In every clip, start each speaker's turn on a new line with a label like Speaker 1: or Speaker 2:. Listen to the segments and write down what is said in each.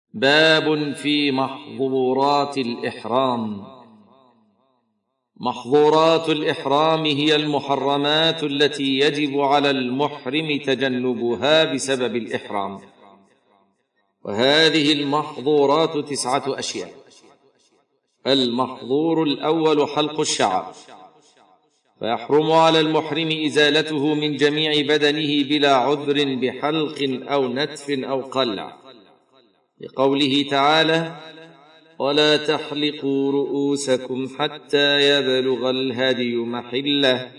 Speaker 1: باب في محظورات الإحرام. محظورات الإحرام هي المحرمات التي يجب على المحرم تجنبها بسبب الإحرام، وهذه المحظورات 9 أشياء. المحظور الأول حلق الشعر، فيحرم على المحرم إزالته من جميع بدنه بلا عذر بحلق أو نتف أو قلع، لقوله تعالى: ولا تحلقوا رؤوسكم حتى يبلغ الهدي محله.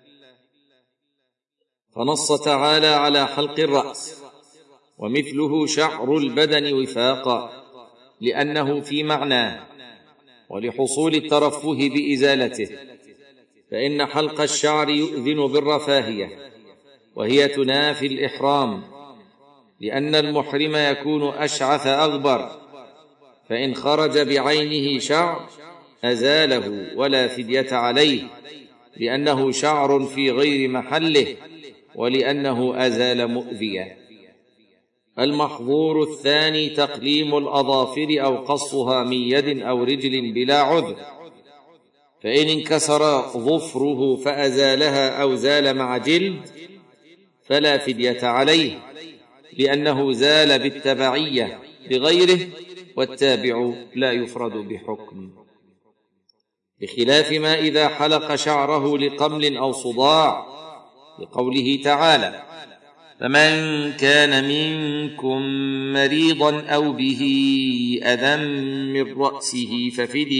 Speaker 1: فنص تعالى على حلق الرأس، ومثله شعر البدن وفاقا، لأنه في معناه ولحصول الترفه بإزالته، فإن حلق الشعر يؤذن بالرفاهية، وهي تنافي الإحرام، لأن المحرم يكون أشعث أغبر، فإن خرج بعينه شعر أزاله ولا فدية عليه، لأنه شعر في غير محله، ولأنه أزال مؤذية. المحظور الثاني تقليم الأظافر أو قصها من يد أو رجل بلا عذر، فإن انكسر ظفره فأزالها أو زال مع جلد فلا فدية عليه، لأنه زال بالتبعية بغيره، والتابع لا يفرد بحكم، بخلاف ما إذا حلق شعره لقمل أو صداع، لقوله تعالى: فمن كان منكم مريضا أو به أذى من رأسه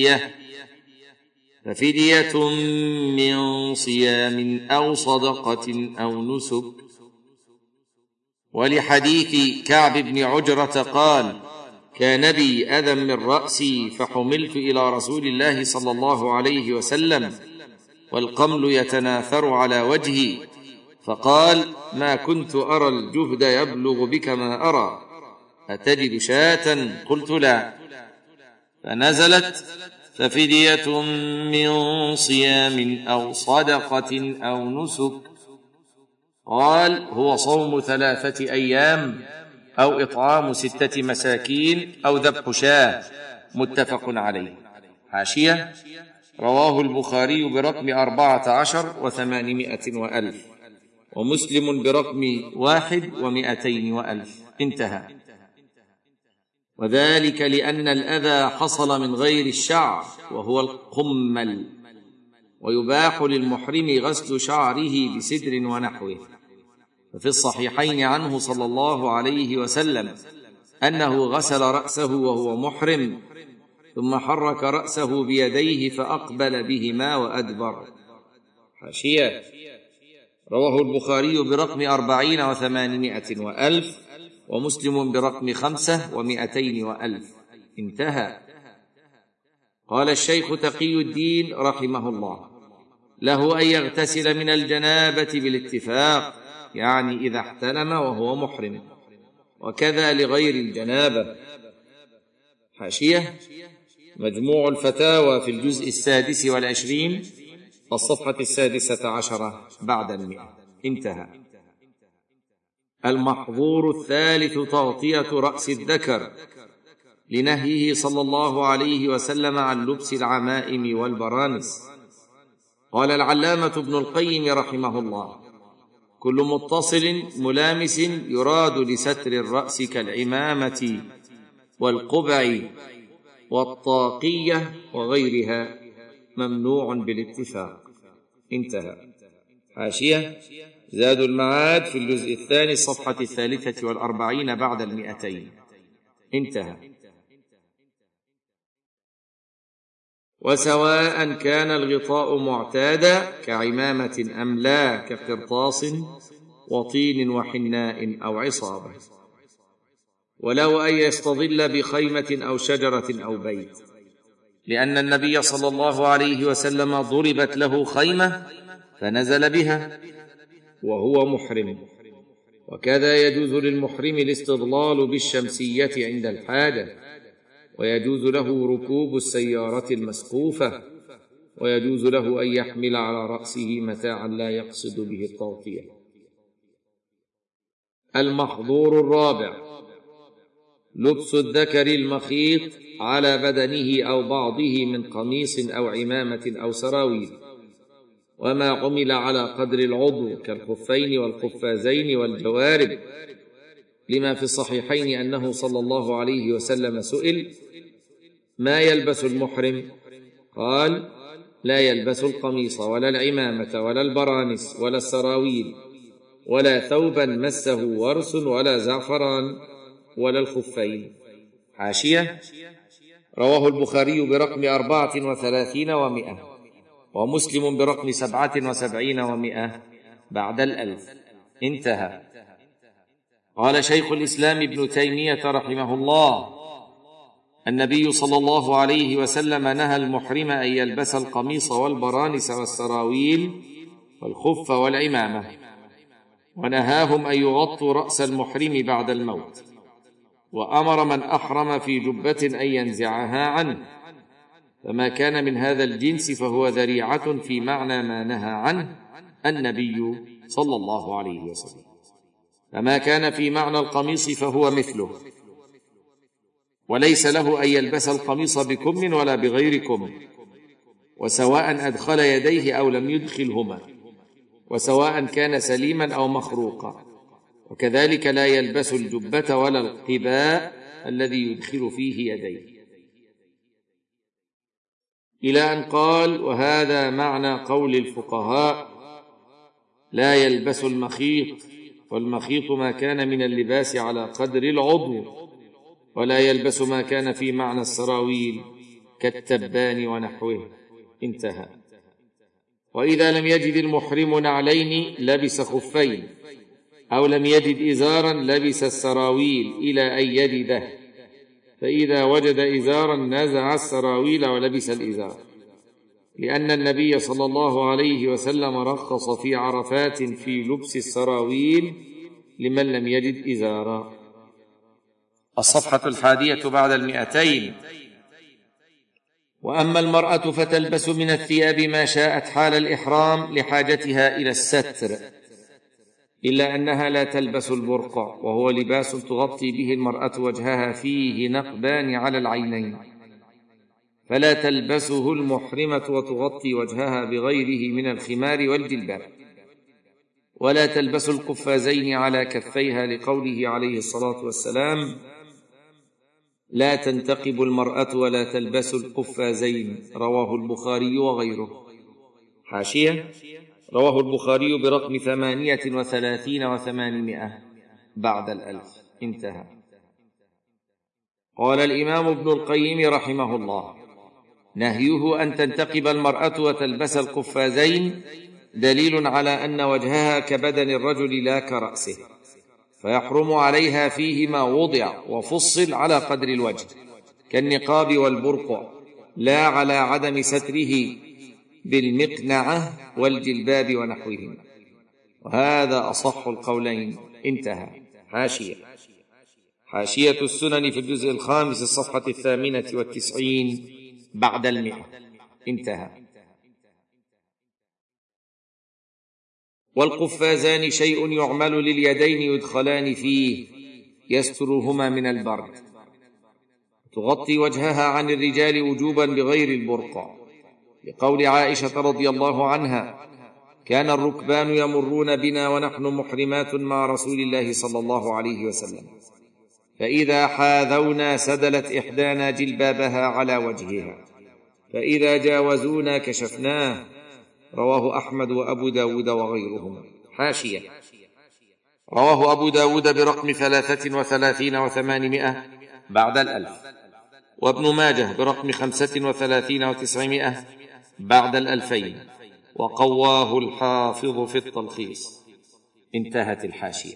Speaker 1: ففدية من صيام أو صدقة أو نسك. ولحديث كعب بن عجرة قال: كان بي أذى من رأسي فحملت إلى رسول الله صلى الله عليه وسلم والقمل يتناثر على وجهي، فقال: ما كنت أرى الجهد يبلغ بك ما أرى، أتجد شاة؟ قلت: لا. فنزلت: ففدية من صيام أو صدقة أو نسك. قال: هو صوم 3 أيام أو إطعام 6 مساكين أو ذبح شاة. متفق عليه. حاشية: رواه البخاري برقم 14 و800 وألف، ومسلم برقم 1 و200 وألف. انتهى. وذلك لأن الأذى حصل من غير الشعر، وهو القمل، ويباح للمحرم غسل شعره بسدر ونحوه. ففي الصحيحين عنه صلى الله عليه وسلم أنه غسل رأسه وهو محرم، ثم حرك رأسه بيديه فأقبل بهما وأدبر. حاشية: رواه البخاري برقم 40 و800 وألف، ومسلم برقم 5 و200 وألف. انتهى. قال الشيخ تقي الدين رحمه الله: له أن يغتسل من الجنابة بالاتفاق، يعني إذا احتلم وهو محرم، وكذا لغير الجنابة. حاشية: مجموع الفتاوى في الجزء 26 الصفحة 16 بعد 100. انتهى. المحظور الثالث تغطية رأس الذكر، لنهيه صلى الله عليه وسلم عن لبس العمائم والبرانس. قال العلامة ابن القيم رحمه الله: كل متصل ملامس يراد لستر الرأس كالعمامة والقبع والطاقية وغيرها ممنوع بالاتفاق. انتهى. حاشية: زاد المعاد في الجزء 2 الصفحة 43 بعد 200. انتهى. وسواء كان الغطاء معتادا كعمامة أم لا، كقرطاس وطين وحناء أو عصابة، ولو أن يستظل بخيمة أو شجرة أو بيت، لأن النبي صلى الله عليه وسلم ضربت له خيمة فنزل بها وهو محرم. وكذا يجوز للمحرم الاستظلال بالشمسية عند الحاجة، ويجوز له ركوب السيارة المسقوفة، ويجوز له أن يحمل على رأسه متاعا لا يقصد به التغطية. المحظور الرابع لبس الذكر المخيط على بدنه أو بعضه من قميص أو عمامة أو سراويل، وما عمل على قدر العضو كالخفين والقفازين والجوارب، لما في الصحيحين أنه صلى الله عليه وسلم سئل: ما يلبس المحرم؟ قال: لا يلبس القميص ولا العمامة ولا البرانس ولا السراويل ولا ثوبا مسه ورس ولا زعفران ولا الخفين. حاشية: رواه البخاري برقم 34 و100، ومسلم برقم 77 و100 بعد 1000. انتهى. قال شيخ الإسلام ابن تيمية رحمه الله: النبي صلى الله عليه وسلم نهى المحرم أن يلبس القميص والبرانس والسراويل والخف والعمامة، ونهاهم أن يغطوا رأس المحرم بعد الموت، وأمر من أحرم في جبة أن ينزعها عنه، فما كان من هذا الجنس فهو ذريعة في معنى ما نهى عنه النبي صلى الله عليه وسلم، فما كان في معنى القميص فهو مثله، وليس له أن يلبس القميص بكم ولا بغير كم، وسواء أدخل يديه أو لم يدخلهما، وسواء كان سليما أو مخروقا، وكذلك لا يلبس الجبة ولا القباء الذي يدخل فيه يديه، إلى أن قال: وهذا معنى قول الفقهاء: لا يلبس المخيط، والمخيط ما كان من اللباس على قدر العضو، ولا يلبس ما كان في معنى السراويل كالتبان ونحوه. انتهى. وإذا لم يجد المحرم نعلين لبس خفين، أو لم يجد إزارا لبس السراويل إلى أن يجده، فإذا وجد إزارا نزع السراويل ولبس الإزار، لأن النبي صلى الله عليه وسلم رخص في عرفات في لبس السراويل لمن لم يجد إزارا. الصفحة 100 بعد 200. وأما المرأة فتلبس من الثياب ما شاءت حال الإحرام لحاجتها إلى الستر، إلا أنها لا تلبس البرقع، وهو لباس تغطي به المرأة وجهها فيه نقبان على العينين، فلا تلبسه المحرمة وتغطي وجهها بغيره من الخمار والجلباب، ولا تلبس القفازين على كفيها، لقوله عليه الصلاة والسلام: لا تنتقب المرأة ولا تلبس القفازين، رواه البخاري وغيره. حاشية: رواه البخاري برقم 38 و800 بعد 1000. انتهى. قال الإمام ابن القيم رحمه الله: نهيه أن تنتقب المرأة وتلبس القفازين دليل على أن وجهها كبدن الرجل لا كرأسه، فيحرم عليها فيه ما وضع وفصل على قدر الوجه كالنقاب والبرقع، لا على عدم ستره بالمقنعة والجلباب ونحوهما، وهذا أصح القولين. انتهى. حاشية: حاشية السنن في الجزء 5 الصفحة 98 بعد 100. انتهى. والقفازان شيء يعمل لليدين يدخلان فيه يسترهما من البرد، تغطي وجهها عن الرجال وجوبا بغير البرقع، لقول عائشة رضي الله عنها: كان الركبان يمرون بنا ونحن محرمات مع رسول الله صلى الله عليه وسلم، فإذا حاذونا سدلت إحدانا جلبابها على وجهها، فإذا جاوزونا كشفناه. رواه أحمد وأبو داود وغيرهم. حاشية: رواه أبو داود برقم 33 و800 بعد 1000، وابن ماجه برقم 35 و900 بعد 2000، وقواه الحافظ في التلخيص. انتهت الحاشية.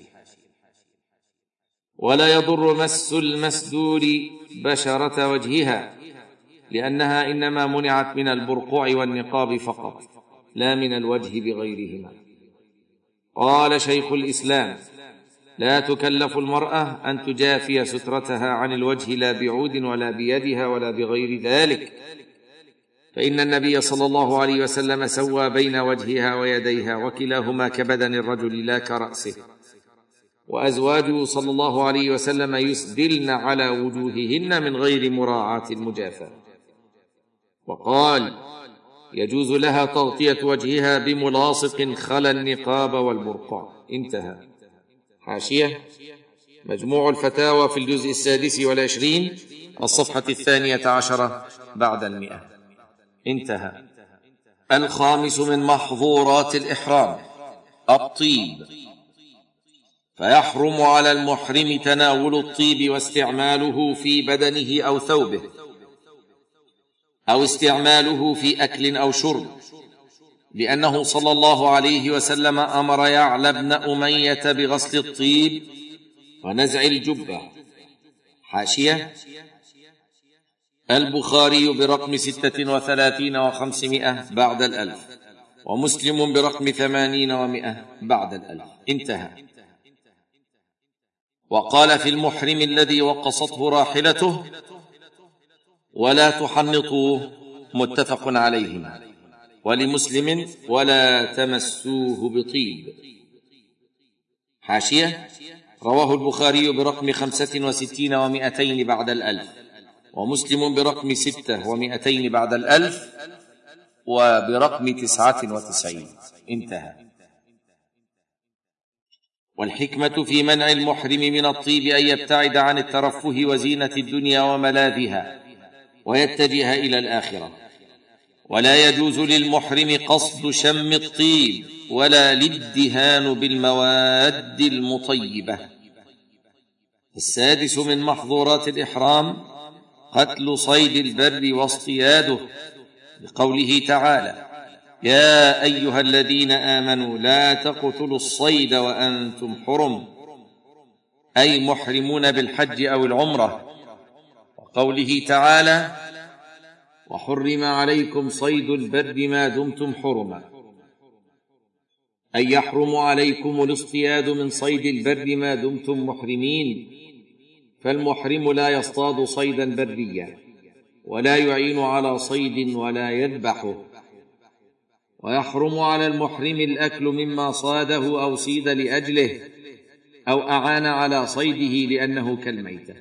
Speaker 1: ولا يضر مس المسدور بشرة وجهها، لأنها إنما منعت من البرقع والنقاب فقط، لا من الوجه بغيرهما. قال شيخ الإسلام: لا تكلف المرأة أن تجافي سترتها عن الوجه لا بعود ولا بيدها ولا بغير ذلك، فإن النبي صلى الله عليه وسلم سوى بين وجهها ويديها، وكلاهما كبدن الرجل لا كرأسه، وأزواجه صلى الله عليه وسلم يسدلن على وجوههن من غير مراعاة المجافاة. وقال: يجوز لها تغطية وجهها بملاصق خلا النقاب والبرقع. انتهى. حاشية: مجموع الفتاوى في الجزء 26 الصفحة 12 بعد 100. انتهى. 5 من محظورات الإحرام الطيب، فيحرم على المحرم تناول الطيب واستعماله في بدنه أو ثوبه، أو استعماله في أكل أو شرب، لأنه صلى الله عليه وسلم أمر يعلى بن أمية بغسل الطيب ونزع الجبة. حاشية: البخاري برقم 36 و500 بعد 1000، ومسلم برقم 80 و100 بعد 1000. انتهى. وقال في المحرم الذي وقصته راحلته: ولا تحنطوه، متفق عليهما. ولمسلم: ولا تمسوه بطيب. حاشية: رواه البخاري برقم 65 و200 بعد 1000، ومسلم برقم 6 و200 بعد 1000، وبرقم 99. انتهى. والحكمة في منع المحرم من الطيب أن يبتعد عن الترفه وزينة الدنيا وملاذها ويتجه إلى الآخرة. ولا يجوز للمحرم قصد شم الطيب ولا الادهان بالمواد المطيبة. 6 من محظورات الإحرام قتل صيد البر واصطياده، لقوله تعالى: يا أيها الذين آمنوا لا تقتلوا الصيد وأنتم حرم، أي محرمون بالحج أو العمرة. وقوله تعالى: وحرم عليكم صيد البر ما دمتم حرما، أي يحرم عليكم الاصطياد من صيد البر ما دمتم محرمين. فالمحرم لا يصطاد صيدا بريا، ولا يعين على صيد ولا يذبحه. ويحرم على المحرم الأكل مما صاده أو صيد لأجله، أو أعان على صيده لأنه كالميتة.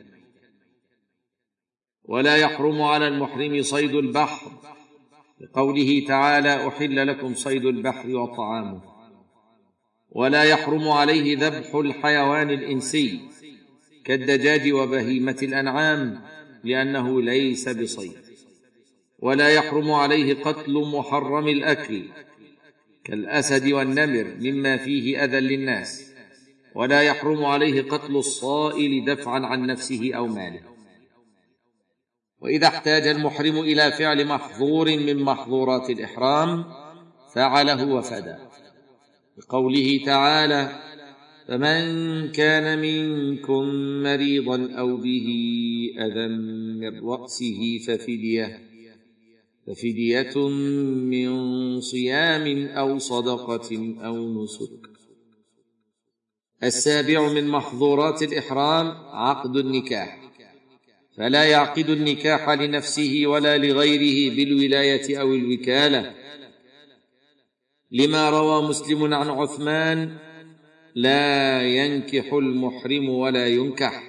Speaker 1: ولا يحرم على المحرم صيد البحر، لقوله تعالى: أحل لكم صيد البحر وطعامه. ولا يحرم عليه ذبح الحيوان الإنسي كالدجاج وبهيمة الأنعام، لأنه ليس بصيد. ولا يحرم عليه قتل محرم الأكل كالأسد والنمر مما فيه أذى للناس. ولا يحرم عليه قتل الصائل دفعا عن نفسه أو ماله. وإذا احتاج المحرم إلى فعل محظور من محظورات الإحرام فعله وفدى، بقوله تعالى: فمن كان منكم مريضا أو به أذى من رأسه ففدية من صيام أو صدقة أو نسك. 7 من محظورات الإحرام عقد النكاح، فلا يعقد النكاح لنفسه ولا لغيره بالولاية أو الوكالة، لما روى مسلم عن عثمان: لا ينكح المحرم ولا ينكح.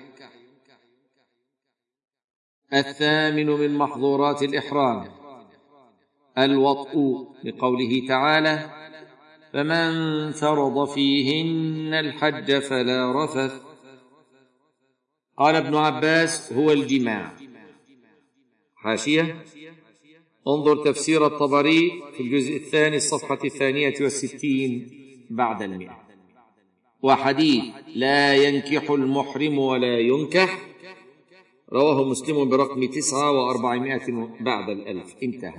Speaker 1: 8 من محظورات الإحرام الوطء، لقوله تعالى: فمن فرض فيهن الحج فلا رفث. قال ابن عباس: هو الجماع. حاشية: انظر تفسير الطبري في الجزء 2 الصفحة 62 بعد 100. وحديث لا ينكح المحرم ولا ينكح رواه مسلم برقم 9 و400 بعد 1000. انتهى.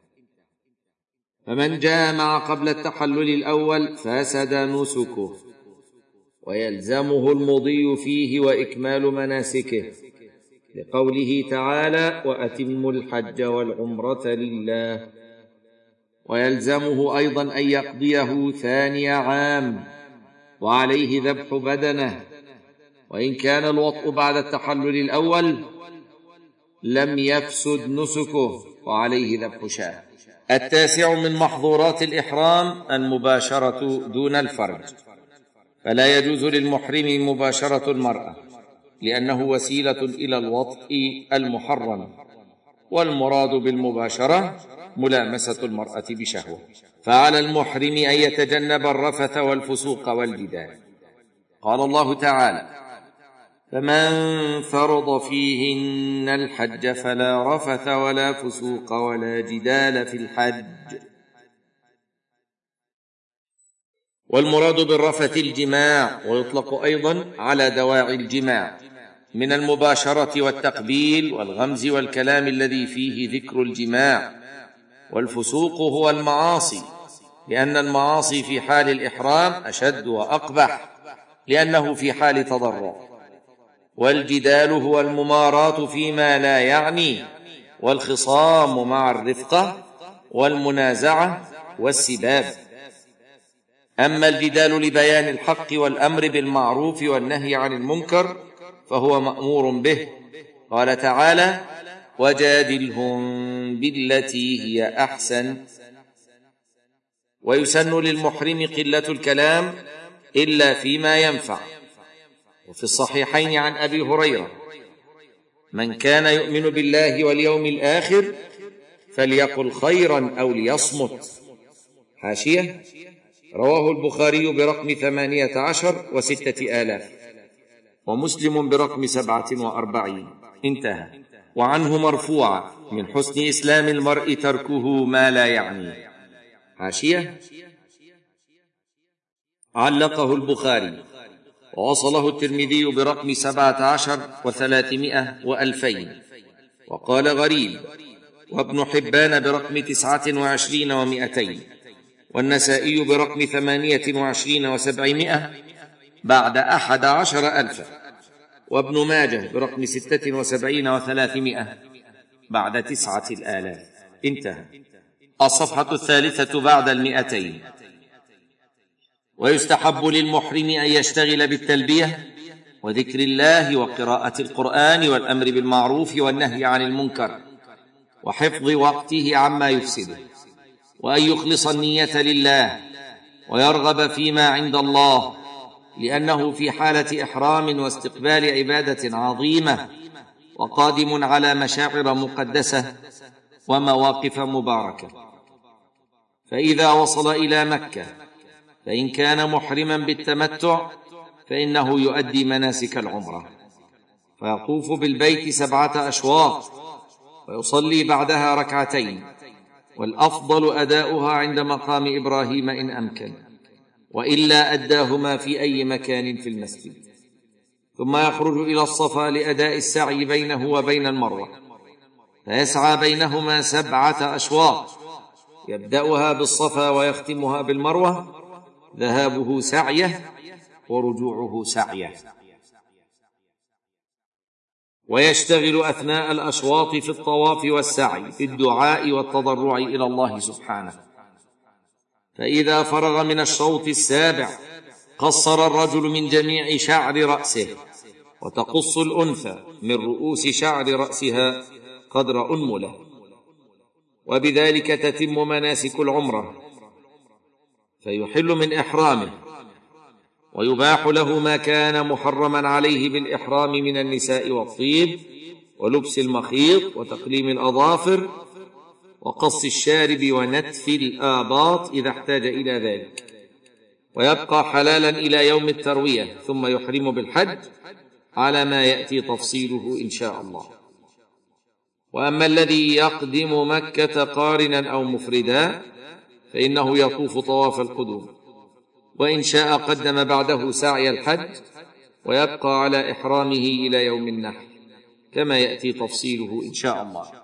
Speaker 1: فمن جامع قبل التحلل الأول فسد نسكه، ويلزمه المضي فيه وإكمال مناسكه، لقوله تعالى: وأتموا الحج والعمرة لله. ويلزمه أيضا أن يقضيه ثاني عام، وعليه ذبح بدنه، وإن كان الوطء بعد التحلل الأول لم يفسد نسكه، وعليه ذبح شاة. 9 من محظورات الإحرام المباشرة دون الفرج، فلا يجوز للمحرم مباشرة المرأة، لأنه وسيلة إلى الوطء المحرم، والمراد بالمباشرة ملامسة المرأة بشهوة. فعلى المحرم أن يتجنب الرفث والفسوق والجدال. قال الله تعالى: فمن فرض فيهن الحج فلا رفث ولا فسوق ولا جدال في الحج. والمراد بالرفث الجماع، ويطلق أيضا على دواعي الجماع من المباشرة والتقبيل والغمز والكلام الذي فيه ذكر الجماع. والفسوق هو المعاصي، لأن المعاصي في حال الإحرام أشد وأقبح، لأنه في حال تضرع. والجدال هو المماراة فيما لا يعني، والخصام مع الرفقة، والمنازعة والسباب. أما الجدال لبيان الحق والأمر بالمعروف والنهي عن المنكر فهو مأمور به. قال تعالى: وجادلهم بالتي هي أحسن. ويسن للمحرم قلة الكلام إلا فيما ينفع. وفي الصحيحين عن أبي هريرة: من كان يؤمن بالله واليوم الآخر فليقل خيرا أو ليصمت. حاشية: رواه البخاري برقم 18 و6000، ومسلم برقم 47. انتهى. وعنه مرفوعا: من حسن إسلام المرء تركه ما لا يعني. حاشية: علقه البخاري، ووصله الترمذي برقم 17 و300 و2000، وقال غريب، وابن حبان برقم 29 و200، والنسائي برقم 28 و700 بعد 11,000، وابن ماجه برقم 76 و300 بعد 9,000. انتهى. الصفحة 3 بعد 200. ويستحب للمحرم أن يشتغل بالتلبية وذكر الله وقراءة القرآن والأمر بالمعروف والنهي عن المنكر، وحفظ وقته عما يفسده، وأن يخلص النية لله ويرغب فيما عند الله، لأنه في حالة إحرام واستقبال عبادة عظيمة، وقادم على مشاعر مقدسة ومواقف مباركة. فإذا وصل إلى مكة فإن كان محرما بالتمتع فإنه يؤدي مناسك العمرة، فيطوف بالبيت 7 أشواط، ويصلي بعدها 2 ركعتين، والأفضل أداؤها عند مقام إبراهيم إن أمكن، وإلا أداهما في أي مكان في المسجد. ثم يخرج إلى الصفا لأداء السعي بينه وبين المروة، فيسعى بينهما 7 أشواط، يبدأها بالصفا ويختمها بالمروة، ذهابه سعيه ورجوعه سعيه. ويشتغل أثناء الأشواط في الطواف والسعي في الدعاء والتضرع إلى الله سبحانه. فإذا فرغ من الشوط 7 قصر الرجل من جميع شعر رأسه، وتقص الأنثى من رؤوس شعر رأسها قدر أنملة، وبذلك تتم مناسك العمرة، فيحل من إحرامه، ويباح له ما كان محرما عليه بالإحرام من النساء والطيب ولبس المخيط وتقليم الأظافر وقص الشارب ونتف الآباط إذا احتاج إلى ذلك، ويبقى حلالا إلى يوم التروية، ثم يحرم بالحج على ما يأتي تفصيله إن شاء الله. وأما الذي يقدم مكة قارنا أو مفردا فإنه يطوف طواف القدوم، وإن شاء قدم بعده سعي الحج، ويبقى على إحرامه إلى يوم النحر كما يأتي تفصيله إن شاء الله.